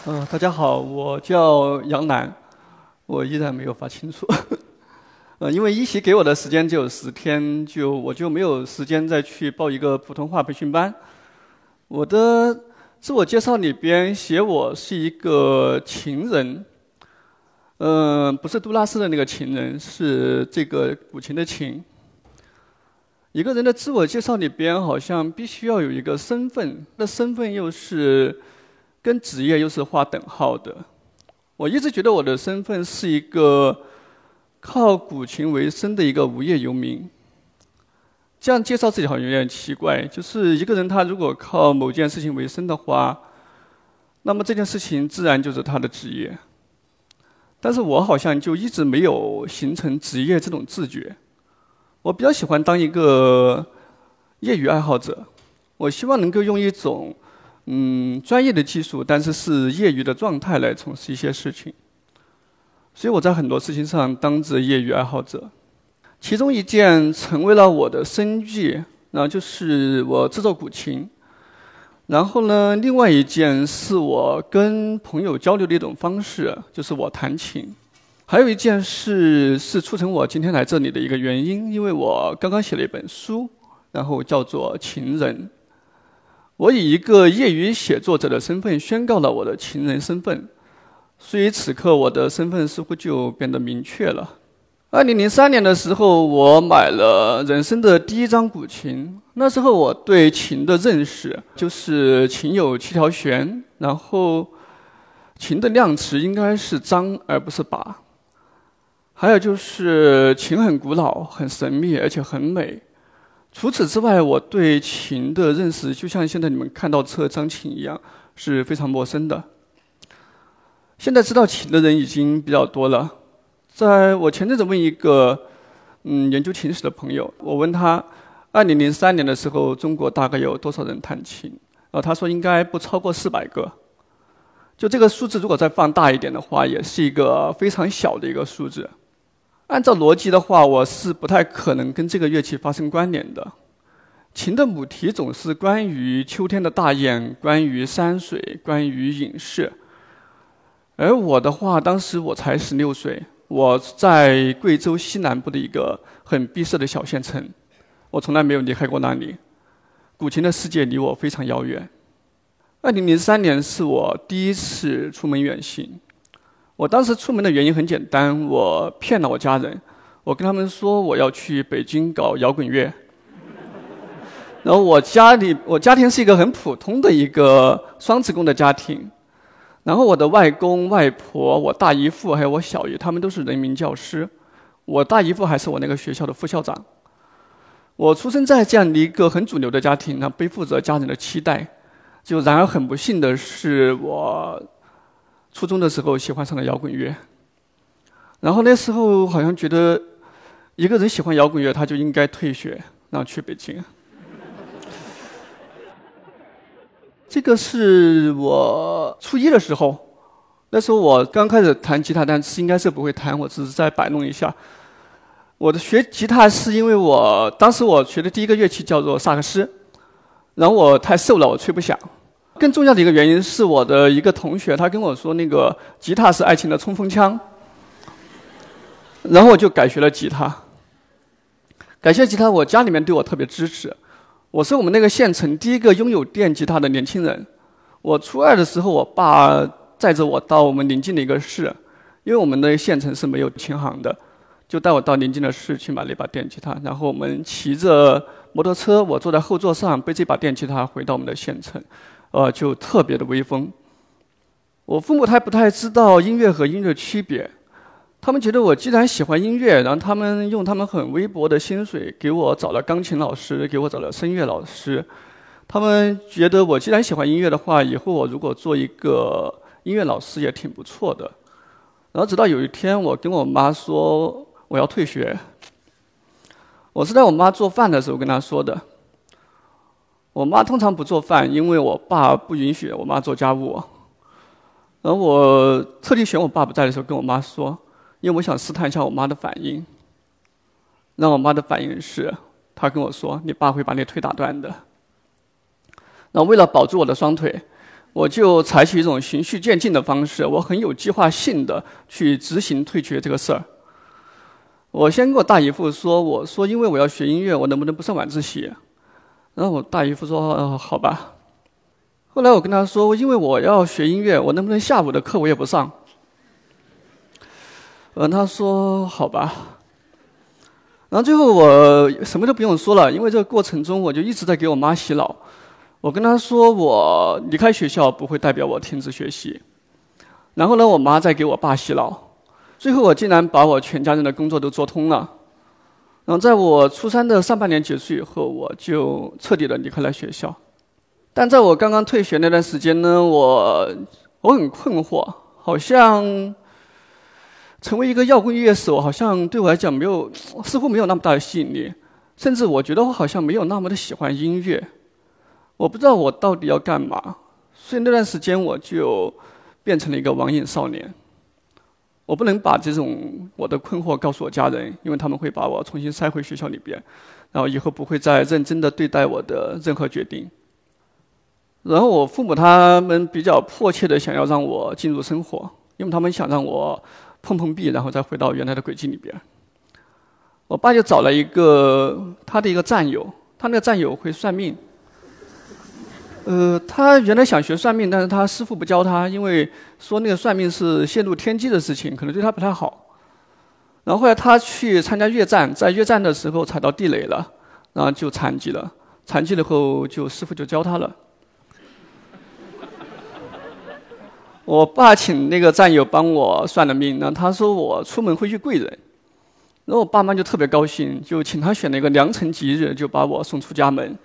大家好，我叫杨楠，我依然没有发清楚。因为一席给我的时间只有10天，我就没有时间再去报一个普通话培训班。我的自我介绍里边写我是一个琴人，不是杜拉斯的那个琴人，是这个古琴的琴。一个人的自我介绍里边好像必须要有一个身份，那身份又是跟职业又是划等号的。我一直觉得我的身份是一个靠古琴为生的一个无业游民。这样介绍自己好像有点奇怪，就是一个人他如果靠某件事情为生的话，那么这件事情自然就是他的职业。但是我好像就一直没有形成职业这种自觉。我比较喜欢当一个业余爱好者，我希望能够用一种专业的技术，但是是业余的状态来从事一些事情。所以我在很多事情上当着业余爱好者。其中一件成为了我的生计，然后就是我制作古琴。然后呢，另外一件是我跟朋友交流的一种方式，就是我弹琴。还有一件事是促成我今天来这里的一个原因，因为我刚刚写了一本书，然后叫做《琴人》。我以一个业余写作者的身份宣告了我的琴人身份，所以此刻我的身份似乎就变得明确了。2003年的时候，我买了人生的第一张古琴。那时候我对琴的认识就是琴有7条弦，然后琴的量词应该是张而不是把。还有就是琴很古老、很神秘，而且很美。除此之外，我对琴的认识就像现在你们看到这张琴一样，是非常陌生的。现在知道琴的人已经比较多了。在我前阵子问一个研究琴史的朋友，我问他2003年的时候中国大概有多少人弹琴，然后他说应该不超过400个。就这个数字如果再放大一点的话，也是一个非常小的一个数字。按照逻辑的话，我是不太可能跟这个乐器发生关联的。琴的母题总是关于秋天的大雁，关于山水，关于隐士。而我的话，当时我才16岁，我在贵州西南部的一个很闭塞的小县城，我从来没有离开过那里。古琴的世界离我非常遥远。2003年是我第一次出门远行。我当时出门的原因很简单，我骗了我家人，我跟他们说我要去北京搞摇滚乐。然后我家庭是一个很普通的一个双职工的家庭，然后我的外公外婆、我大姨父还有我小姨，他们都是人民教师，我大姨父还是我那个学校的副校长。我出生在这样的一个很主流的家庭，背负着家人的期待。然而很不幸的是，我初中的时候喜欢上了摇滚乐。然后那时候好像觉得一个人喜欢摇滚乐，他就应该退学，然后去北京。这个是我初一的时候，那时候我刚开始弹吉他，但是应该是不会弹，我只是在摆弄一下。我的学吉他是因为当时我学的第一个乐器叫做萨克斯，然后我太瘦了，我吹不响。更重要的一个原因是我的一个同学，他跟我说那个吉他是爱情的冲锋枪，然后我就改学了吉他。改学吉他，我家里面对我特别支持。我是我们那个县城第一个拥有电吉他的年轻人。我初2的时候，我爸载着我到我们邻近的一个市，因为我们的县城是没有琴行的，就带我到邻近的市去买了一把电吉他。然后我们骑着摩托车，我坐在后座上，背这把电吉他回到我们的县城，就特别的威风。我父母还不太知道音乐和音乐区别，他们觉得我既然喜欢音乐，然后他们用他们很微薄的薪水给我找了钢琴老师，给我找了声乐老师。他们觉得我既然喜欢音乐的话，以后我如果做一个音乐老师也挺不错的。然后直到有一天，我跟我妈说我要退学。我是在我妈做饭的时候跟她说的。我妈通常不做饭，因为我爸不允许我妈做家务。然后我特地选我爸不在的时候跟我妈说，因为我想试探一下我妈的反应。让我妈的反应是，她跟我说：“你爸会把你腿打断的。”然后为了保住我的双腿， 我就采取一种循序渐进的方式，我很有计划性的去执行退学这个事儿。我先跟我大姨夫说，我说因为我要学音乐，我能不能不上晚自习？然后我大姨夫说，好吧。后来我跟他说，因为我要学音乐，我能不能下午的课我也不上？他说好吧。然后最后我什么都不用说了，因为这个过程中我就一直在给我妈洗脑。我跟她说，我离开学校不会代表我停止学习。然后呢，我妈在给我爸洗脑。最后我竟然把我全家人的工作都做通了。然后在我初三的上半年结束以后，我就彻底的离开了学校。但在我刚刚退学那段时间呢，我很困惑，好像成为一个摇滚乐手，好像对我来讲似乎没有那么大的吸引力，甚至我觉得我好像没有那么的喜欢音乐。我不知道我到底要干嘛，所以那段时间我就变成了一个网瘾少年。我不能把这种我的困惑告诉我家人，因为他们会把我重新塞回学校里边，然后以后不会再认真的对待我的任何决定。然后我父母他们比较迫切的想要让我进入生活，因为他们想让我碰碰壁，然后再回到原来的轨迹里边。我爸就找了他的一个战友，他那个战友会算命。他原来想学算命，但是他师傅不教他，因为说那个算命是泄露天机的事情，可能对他不太好。然后后来他去参加越战，在越战的时候踩到地雷了，然后就残疾了。残疾了后，师傅就教他了。我爸请那个战友帮我算了命，然后他说我出门会遇贵人，然后我爸妈就特别高兴，就请他选了一个良辰吉日，就把我送出家门。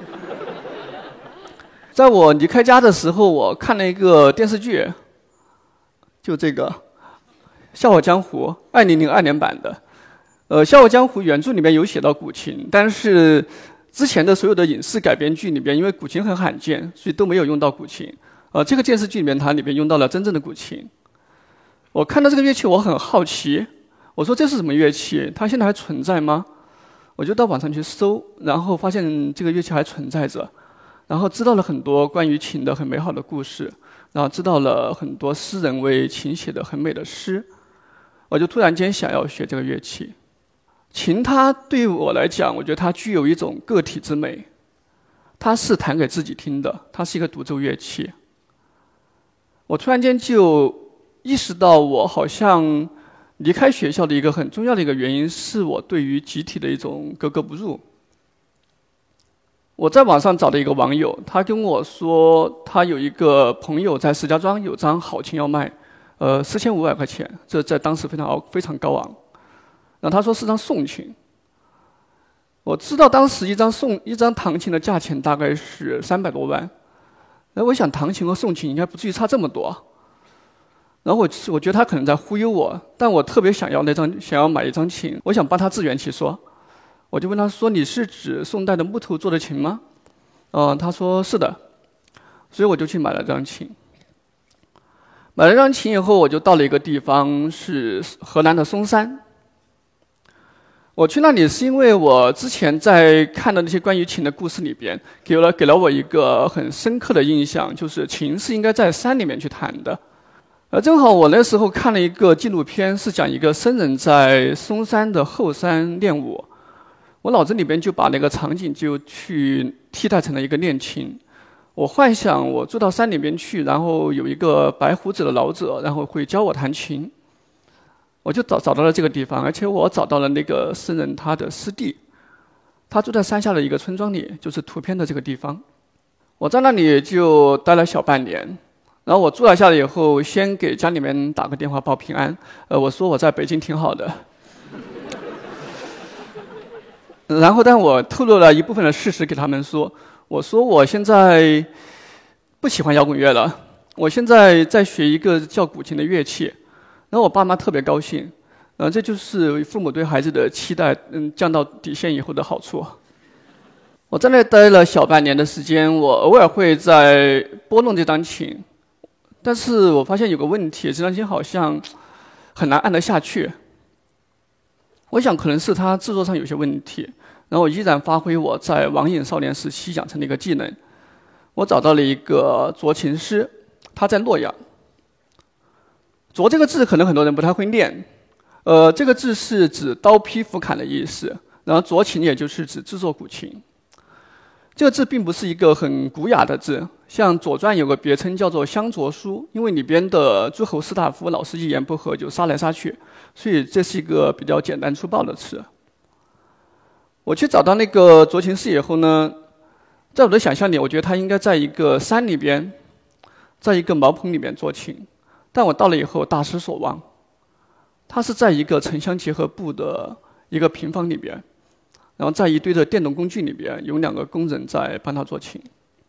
在我离开家的时候，我看了一个电视剧，就这个《笑傲江湖》2002年版的。《笑傲江湖》原著里面有写到古琴，但是之前的所有的影视改编剧里边，因为古琴很罕见，所以都没有用到古琴。这个电视剧里面，它里面用到了真正的古琴。我看到这个乐器，我很好奇，我说这是什么乐器？它现在还存在吗？我就到网上去搜，然后发现这个乐器还存在着。然后知道了很多关于琴的很美好的故事，然后知道了很多诗人为琴写的很美的诗，我就突然间想要学这个乐器。琴它对于我来讲，我觉得它具有一种个体之美，它是弹给自己听的，它是一个独奏乐器。我突然间就意识到，我好像离开学校的一个很重要的一个原因，是我对于集体的一种格格不入。我在网上找的一个网友，他跟我说，他有一个朋友在石家庄有张好琴要卖，4500块钱，这在当时非常高昂。然后他说是张宋琴。我知道当时一张唐琴的价钱大概是300多万。我想唐琴和宋琴应该不至于差这么多。然后我觉得他可能在忽悠我，但我特别想要买一张琴，我想帮他自圆其说。我就问他说：“你是指宋代的木头做的琴吗？”他说是的，所以我就去买了这张琴。买了这张琴以后，我就到了一个地方，是河南的嵩山。我去那里是因为我之前在看的那些关于琴的故事里边，给了我一个很深刻的印象，就是琴是应该在山里面去弹的。正好我那时候看了一个纪录片，是讲一个僧人在嵩山的后山练武。我脑子里边就把那个场景就去替代成了一个练琴。我幻想我住到山里边去，然后有一个白胡子的老者，然后会教我弹琴。我就找到了这个地方，而且我找到了那个僧人他的师弟，他住在山下的一个村庄里，就是图片的这个地方。我在那里就待了小半年，然后我住了下来以后，先给家里面打个电话报平安，我说我在北京挺好的。然后，但我透露了一部分的事实给他们说，我说我现在不喜欢摇滚乐了，我现在在学一个叫古琴的乐器。然后我爸妈特别高兴，这就是父母对孩子的期待，降到底线以后的好处。我在那待了小半年的时间，我偶尔会在拨弄这张琴，但是我发现有个问题，这张琴好像很难按得下去。我想可能是它制作上有些问题，然后我依然发挥我在网瘾少年时期养成的一个技能。 我找到了一个斫琴师，他在洛阳。斫这个字可能很多人不太会念，这个字是指刀劈斧砍的意思，然后斫琴也就是指制作古琴。这个字并不是一个很古雅的字，像《左传》有个别称叫做相斫书，因为里边的诸侯士大夫老是一言不合就杀来杀去，所以这是一个比较简单粗暴的词。我去找到那个斫琴师以后呢，在我的想象里，我觉得他应该在一个山里边，在一个茅棚里面做琴，但我到了以后大失所望，他是在一个城乡结合部的一个平房里边，然后在一堆的电动工具里边，有2个工人在帮他做琴。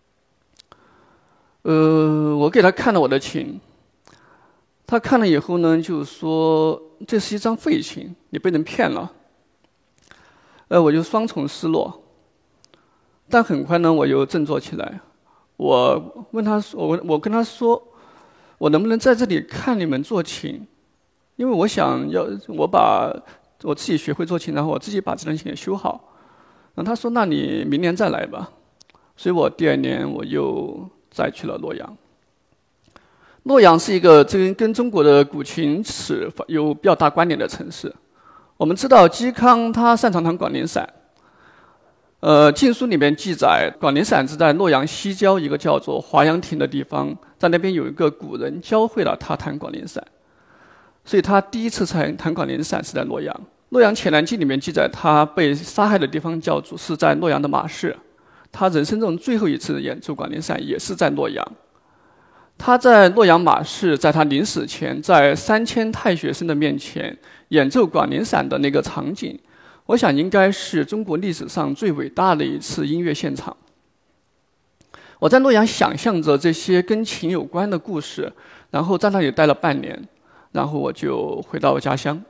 我给他看了我的琴，他看了以后呢，就说这是一张废琴，你被人骗了。我就双重失落，但很快呢，我又振作起来。我问他，我跟他说，我能不能在这里看你们做琴？因为我想要我自己学会做琴，然后我自己把这张琴给修好。然后他说：“那你明年再来吧。”所以我第2年我又再去了洛阳。洛阳是一个跟中国的古琴史有比较大关联的城市。我们知道嵇康他擅长弹广陵散，晋书里面记载，广陵散是在洛阳西郊一个叫做华阳亭的地方，在那边有一个古人教会了他弹广陵散，所以他第一次弹广陵散是在洛阳。洛阳遣南记里面记载，他被杀害的地方是在洛阳的马市，他人生中最后一次演奏广陵散也是在洛阳。他在洛阳马市，在他临死前，在3000太学生的面前演奏广陵散的那个场景，我想应该是中国历史上最伟大的一次音乐现场。我在洛阳想象着这些跟琴有关的故事，然后在那里待了半年，然后我就回到家乡。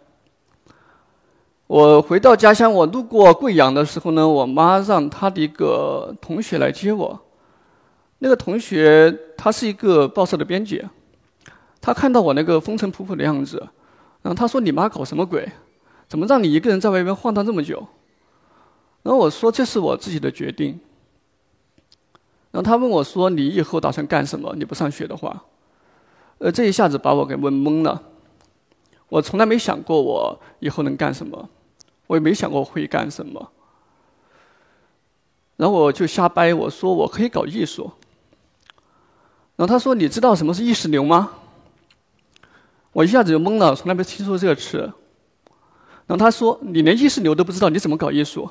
我回到家乡，我路过贵阳的时候呢，我妈让她的一个同学来接我。那个同学他是一个报社的编辑，他看到我那个风尘仆仆的样子，然后他说：“你妈搞什么鬼？怎么让你一个人在外面晃荡这么久？”然后我说：“这是我自己的决定。”然后他问我说：“你以后打算干什么？你不上学的话？”这一下子把我给问懵了。我从来没想过我以后能干什么，我也没想过我会干什么。然后我就瞎掰，我说我可以搞艺术。然后他说：“你知道什么是意识流吗？”我一下子就懵了，从来没听说这个词。然后他说：“你连意识流都不知道，你怎么搞艺术？”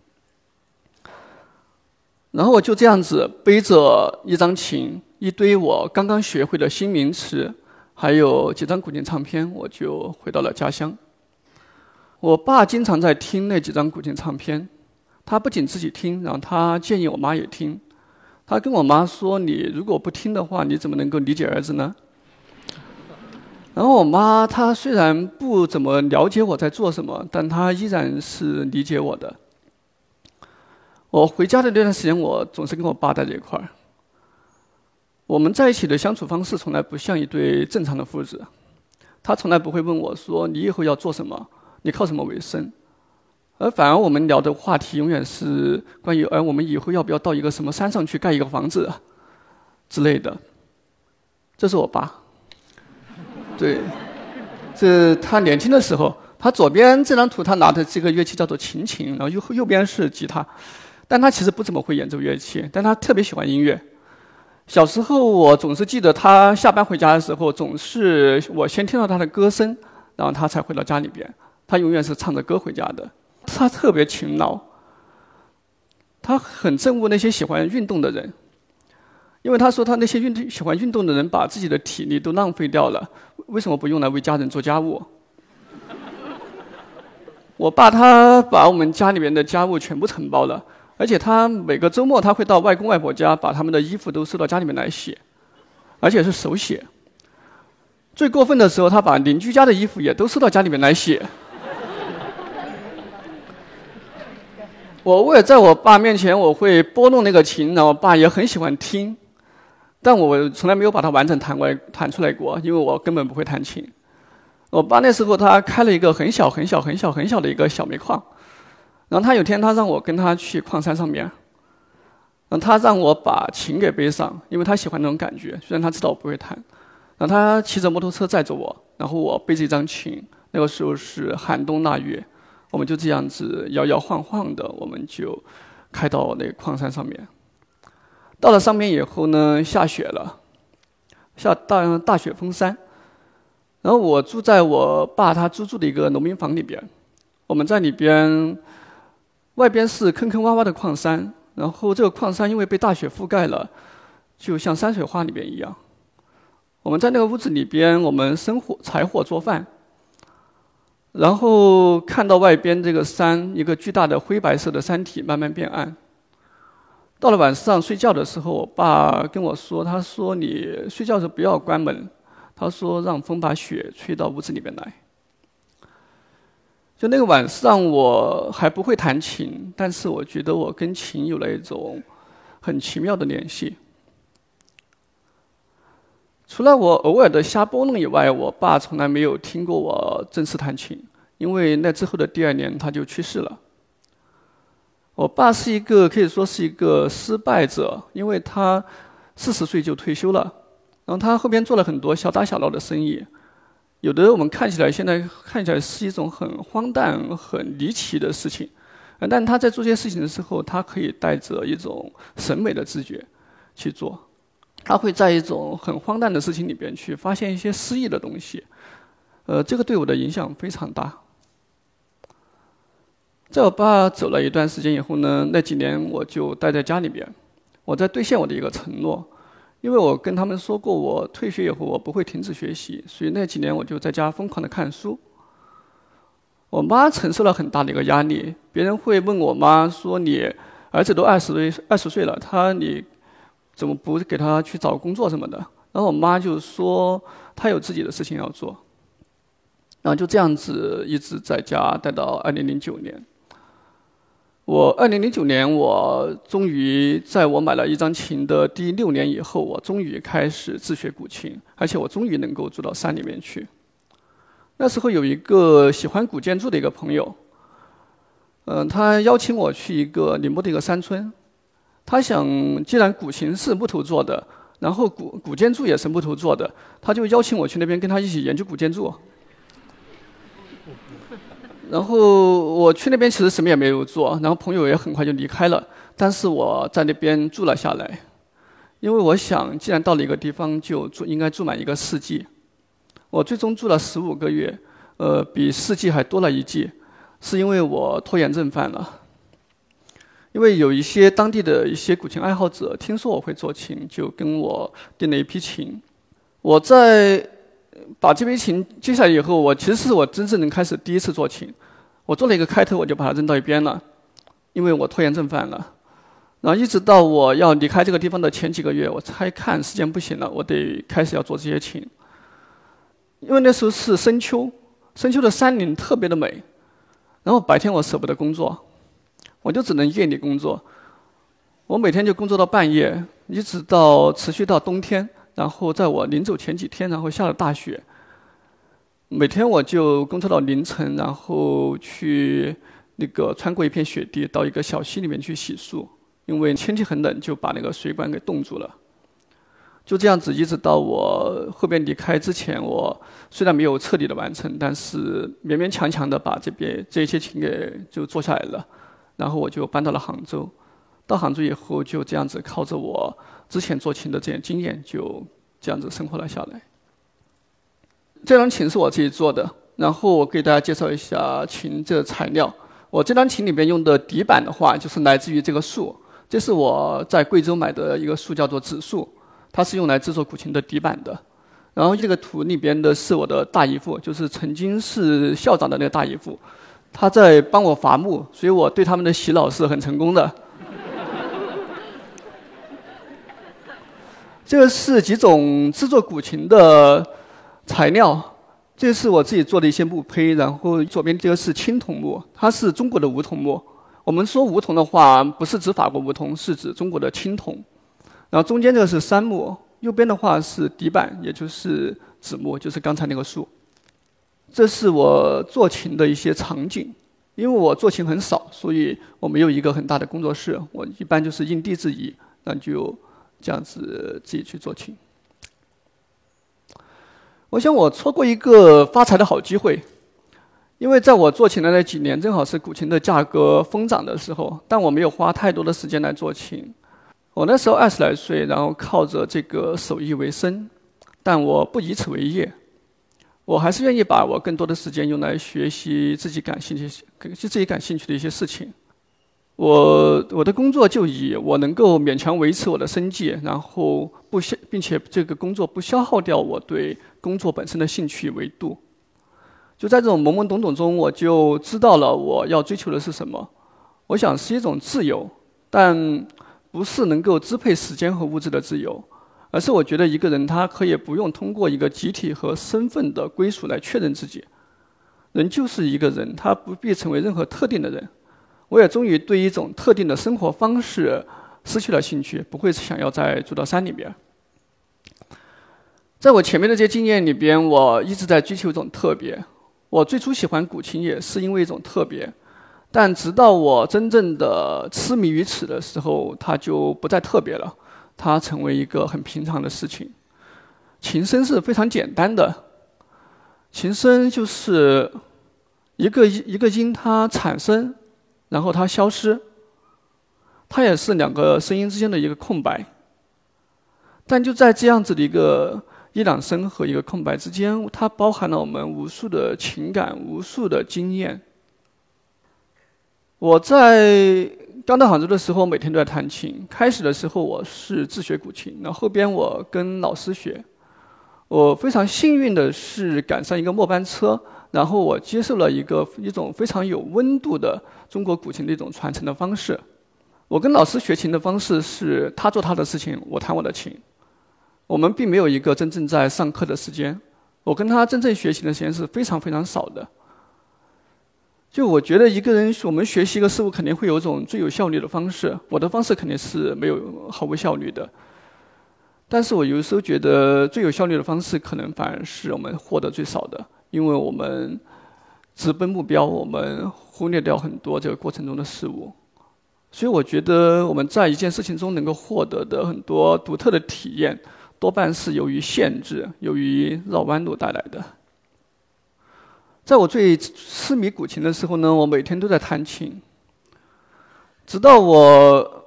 然后我就这样子背着一张琴，一堆我刚刚学会的新名词，还有几张古琴唱片，我就回到了家乡。我爸经常在听那几张古琴唱片，他不仅自己听，然后他建议我妈也听。他跟我妈说：“你如果不听的话，你怎么能够理解儿子呢？”然后我妈她虽然不怎么了解我在做什么，但她依然是理解我的。我回家的那段时间，我总是跟我爸在一块儿。我们在一起的相处方式从来不像一对正常的父子。他从来不会问我说：“你以后要做什么？你靠什么为生？”而反而我们聊的话题永远是关于我们以后要不要到一个什么山上去盖一个房子之类的。这是我爸。对，这他年轻的时候，他左边这张图他拿的这个乐器叫做琴，然后右边是吉他，但他其实不怎么会演奏乐器，但他特别喜欢音乐。小时候我总是记得他下班回家的时候，总是我先听到他的歌声，然后他才回到家里边。他永远是唱着歌回家的。他特别勤劳，他很憎恶那些喜欢运动的人，因为他说他那些喜欢运动的人把自己的体力都浪费掉了，为什么不用来为家人做家务？我爸他把我们家里面的家务全部承包了，而且他每个周末他会到外公外婆家，把他们的衣服都收到家里面来洗，而且是手洗。最过分的时候，他把邻居家的衣服也都收到家里面来洗。我也在我爸面前，我会拨弄那个琴，然后我爸也很喜欢听，但我从来没有把它完整弹出来过，因为我根本不会弹琴。我爸那时候他开了一个很小的一个小煤矿，然后他有天他让我跟他去矿山上面， 他让我把琴给背上，因为他喜欢那种感觉，虽然他知道我不会弹。他骑着摩托车载着我，然后我背着一张琴，那个时候是寒冬腊月，我们就这样子摇摇晃晃的，我们就开到那个矿山上面。到了上面以后呢，下雪了，下大雪封山。然后我住在我爸他租住的一个农民房里边，我们在里边，外边是坑坑洼洼的矿山，然后这个矿山因为被大雪覆盖了，就像山水画里边一样。我们在那个屋子里边，我们生火柴火做饭，然后看到外边这个山，一个巨大的灰白色的山体慢慢变暗。到了晚上睡觉的时候，我爸跟我说，他说你睡觉的时候不要关门，他说让风把雪吹到屋子里面来。就那个晚上我还不会弹琴，但是我觉得我跟琴有了一种很奇妙的联系。除了我偶尔的瞎拨弄以外，我爸从来没有听过我正式弹琴，因为那之后的第2年他就去世了。我爸是一个可以说是一个失败者，因为他40岁就退休了，然后他后边做了很多小打小闹的生意，有的我们现在看起来是一种很荒诞、很离奇的事情，但他在做这些事情的时候，他可以带着一种审美的直觉去做。他会在一种很荒诞的事情里边去发现一些诗意的东西，这个对我的影响非常大。在我爸走了一段时间以后呢，那几年我就待在家里边，我在兑现我的一个承诺，因为我跟他们说过，我退学以后我不会停止学习，所以那几年我就在家疯狂的看书。我妈承受了很大的一个压力，别人会问我妈说：“你儿子都20岁了，你怎么不给他去找工作什么的？”然后我妈就说她有自己的事情要做，然后就这样子一直在家待到2009年。2009年我终于在我买了一张琴的第6年以后，我终于开始自学古琴，而且我终于能够住到山里面去。那时候有一个喜欢古建筑的一个朋友，他邀请我去一个宁波的一个山村。他想，既然古琴是木头做的，然后古建筑也是木头做的，他就邀请我去那边跟他一起研究古建筑。然后我去那边其实什么也没有做，然后朋友也很快就离开了，但是我在那边住了下来，因为我想，既然到了一个地方，就应该住满1个4季。我最终住了15个月，比4季还多了1季，是因为我拖延症犯了。因为有一些当地的一些古琴爱好者听说我会做琴，就跟我订了一批琴。我在把这批琴接下来以后，其实是我真正开始第一次做琴。我做了一个开头，我就把它扔到一边了，因为我拖延症犯了。然后一直到我要离开这个地方的前几个月，我才看时间不行了，我得开始要做这些琴。因为那时候是深秋，深秋的山林特别的美，然后白天我舍不得工作。我就只能夜里工作，我每天就工作到半夜，一直持续到冬天，然后在我临走前几天，然后下了大雪，每天我就工作到凌晨，然后去穿过一片雪地，到一个小溪里面去洗漱，因为天气很冷，就把那个水管给冻住了。就这样子一直到我后边离开之前，我虽然没有彻底的完成，但是勉勉强强的把这一些琴就做下来了。然后我就搬到了杭州，到杭州以后就这样子靠着我之前做琴的这些经验，就这样子生活了下来。这张琴是我自己做的，然后我给大家介绍一下琴这材料。我这张琴里面用的底板的话，就是来自于这个树，这是我在贵州买的一个树，叫做紫树，它是用来制作古琴的底板的。然后这个图里边的是我的大姨父，就是曾经是校长的那个大姨父。他在帮我伐木，所以我对他们的洗脑是很成功的。这个是几种制作古琴的材料，这是我自己做的一些木胚，然后左边这个是青桐木，它是中国的梧桐木。我们说梧桐的话，不是指法国梧桐，是指中国的青桐。然后中间这个是杉木，右边的话是底板，也就是紫木，就是刚才那个树。这是我做琴的一些场景， 因为我做琴很少，所以我没有一个很大的工作室，我一般就是因地制宜，那就这样子自己去做琴。我想我错过一个发财的好机会，因为在我做琴的那几年，正好是古琴的价格疯涨的时候，但我没有花太多的时间来做琴。我那时候20来岁，然后靠着这个手艺为生，但我不以此为业，我还是愿意把我更多的时间用来学习自己感兴趣的一些事情。我的工作就以我能够勉强维持我的生计，然后并且这个工作不消耗掉我对工作本身的兴趣为度。就在这种懵懵懂懂中，我就知道了我要追求的是什么。我想是一种自由，但不是能够支配时间和物质的自由，而是我觉得一个人他可以不用通过一个集体和身份的归属来确认自己。人就是一个人，他不必成为任何特定的人。我也终于对一种特定的生活方式失去了兴趣，不会想要再住到山里边。在我前面的这些经验里边，我一直在追求一种特别。我最初喜欢古琴也是因为一种特别，但直到我真正的痴迷于此的时候，它就不再特别了，它成为一个很平常的事情。琴声是非常简单的，琴声就是一个音它产生，然后它消失，它也是两个声音之间的一个空白。但就在这样子的一个一两声和一个空白之间，它包含了我们无数的情感、无数的经验。我在刚到杭州的时候，每天都在弹琴。开始的时候我是自学古琴，然后后边我跟老师学。我非常幸运的是赶上一个末班车，然后我接受了一种非常有温度的中国古琴的一种传承的方式。我跟老师学琴的方式是他做他的事情，我弹我的琴。我们并没有一个真正在上课的时间，我跟他真正学习的时间是非常非常少的。就我觉得一个人我们学习一个事物肯定会有一种最有效率的方式，我的方式肯定是没有毫无效率的。但是我有时候觉得最有效率的方式可能反而是我们获得最少的，因为我们直奔目标，我们忽略掉很多这个过程中的事物。所以我觉得我们在一件事情中能够获得的很多独特的体验，多半是由于限制、由于绕弯路带来的。在我最痴迷古琴的时候呢，我每天都在弹琴，直到我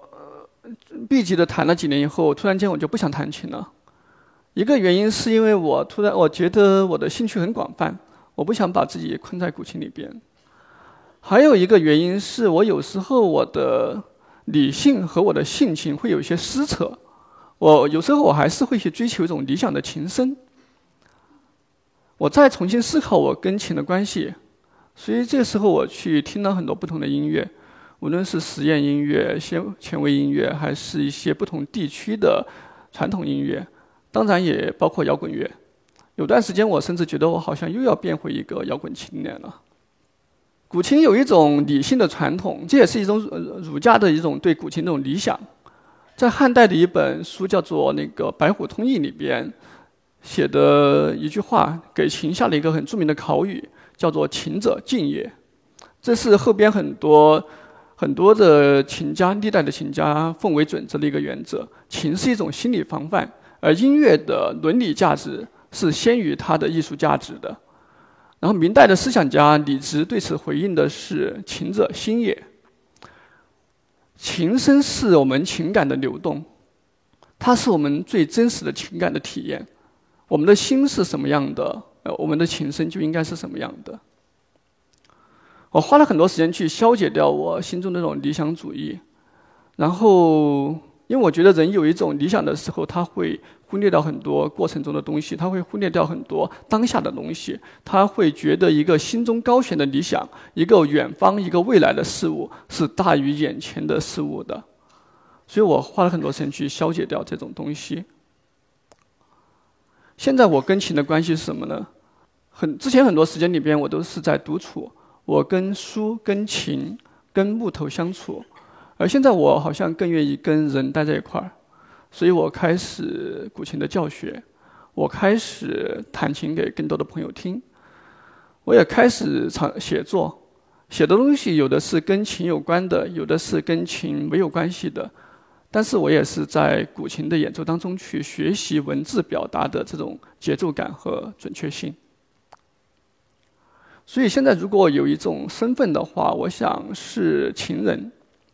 B级的弹了几年以后，突然间我就不想弹琴了。一个原因是因为我觉得我的兴趣很广泛，我不想把自己困在古琴里边。还有一个原因是我有时候我的理性和我的性情会有一些撕扯，有时候我还是会去追求一种理想的琴声。我再重新思考我跟琴的关系，所以这个时候我去听了很多不同的音乐，无论是实验音乐、前卫音乐，还是一些不同地区的传统音乐，当然也包括摇滚乐。有段时间我甚至觉得我好像又要变回一个摇滚青年了。古琴有一种理性的传统，这也是一种儒家的一种对古琴的一种理想。在汉代的一本书叫做那个《白虎通义》里边写的一句话，给琴下了一个很著名的考语，叫做“琴者静也”。这是后边很多的琴家，历代的琴家奉为准则的一个原则。琴是一种心理防范，而音乐的伦理价值是先于它的艺术价值的。然后明代的思想家李直对此回应的是“琴者心也”。琴声是我们情感的流动，它是我们最真实的情感的体验。我们的心是什么样的，我们的琴声就应该是什么样的。我花了很多时间去消解掉我心中的那种理想主义，然后因为我觉得人有一种理想的时候，他会忽略掉很多过程中的东西，他会忽略掉很多当下的东西，他会觉得一个心中高悬的理想，一个远方、一个未来的事物是大于眼前的事物的。所以我花了很多时间去消解掉这种东西。现在我跟琴的关系是什么呢？之前很多时间里边我都是在独处，我跟书、跟琴、跟木头相处，而现在我好像更愿意跟人待在一块儿，所以我开始古琴的教学，我开始弹琴给更多的朋友听，我也开始写作， 写的东西有的是跟琴有关的，有的是跟琴没有关系的。但是我也是在古琴的演奏当中去学习文字表达的这种节奏感和准确性。所以现在如果有一种身份的话，我想是琴人。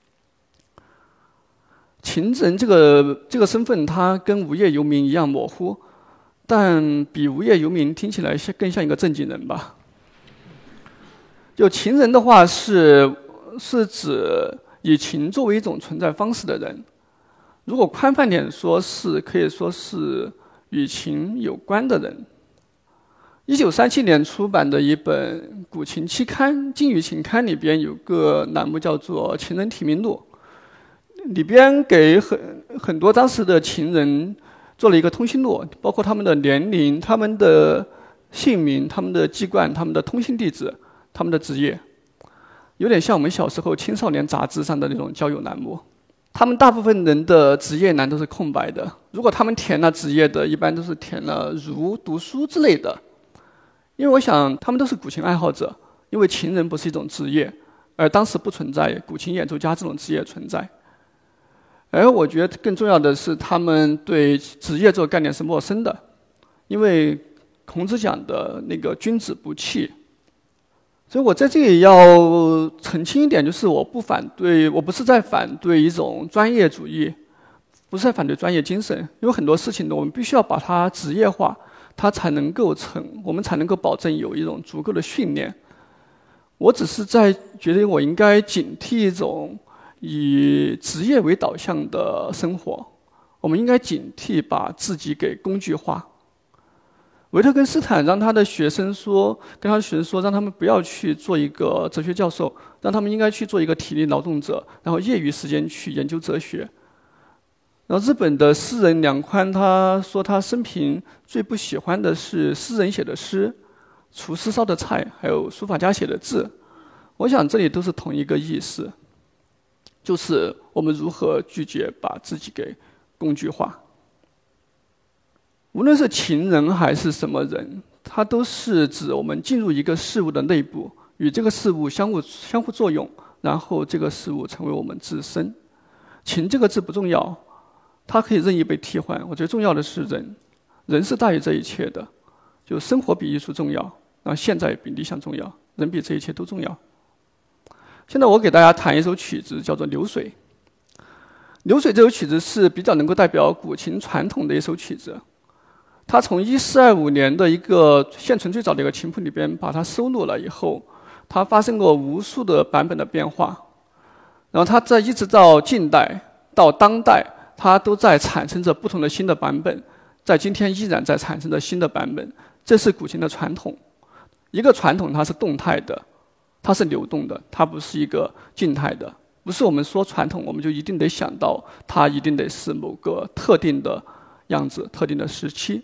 琴人这个身份，它跟无业游民一样模糊，但比无业游民听起来更像一个正经人吧。就琴人的话是指以琴作为一种存在方式的人。如果宽泛点说，可以说是与琴有关的人。1937年出版的一本古琴期刊《金鱼琴刊》里边有个栏目叫做“琴人提名录”，里边给很多当时的琴人做了一个通讯录，包括他们的年龄、他们的姓名、他们的籍贯、他们的通信地址、他们的职业，有点像我们小时候青少年杂志上的那种交友栏目。他们大部分人的职业栏都是空白的，如果他们填了职业的，一般都是填了如读书之类的。因为我想他们都是古琴爱好者，因为琴人不是一种职业，而当时不存在古琴演奏家这种职业存在。而我觉得更重要的是，他们对职业这个概念是陌生的，因为孔子讲的那个君子不器。所以我在这里要澄清一点，就是我不是在反对一种专业主义，不是在反对专业精神。有很多事情呢，我们必须要把它职业化，我们才能够保证有一种足够的训练。我只是在觉得我应该警惕一种以职业为导向的生活，我们应该警惕把自己给工具化。维特根斯坦跟他的学生说，让他们不要去做一个哲学教授，让他们应该去做一个体力劳动者，然后业余时间去研究哲学。然后日本的诗人梁宽他说，他生平最不喜欢的是诗人写的诗、厨师烧的菜，还有书法家写的字。我想这里都是同一个意思，就是我们如何拒绝把自己给工具化。无论是琴人还是什么人，它都是指我们进入一个事物的内部，与这个事物相互作用，然后这个事物成为我们自身。琴这个字不重要，它可以任意被替换。我觉得重要的是人，人是大于这一切的。就生活比艺术重要，然后现在比理想重要，人比这一切都重要。现在我给大家弹一首曲子，叫做《流水》。《流水》这首曲子是比较能够代表古琴传统的一首曲子。他从1425年的一个现存最早的一个琴谱里边把它收录了以后，它发生过无数的版本的变化，然后它一直到近代到当代，它都在产生着不同的新的版本，在今天依然在产生着新的版本。这是古琴的传统。一个传统它是动态的，它是流动的，它不是一个静态的。不是我们说传统我们就一定得想到它一定得是某个特定的样子、特定的时期。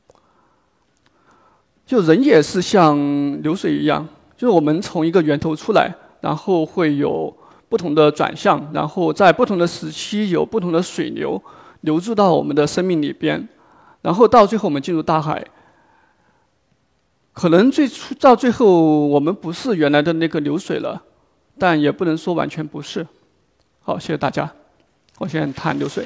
就人也是像流水一样，就是我们从一个源头出来，然后会有不同的转向，然后在不同的时期有不同的水流流入到我们的生命里边，然后到最后我们进入大海。可能到最后我们不是原来的那个流水了，但也不能说完全不是。好，谢谢大家。我现在弹流水。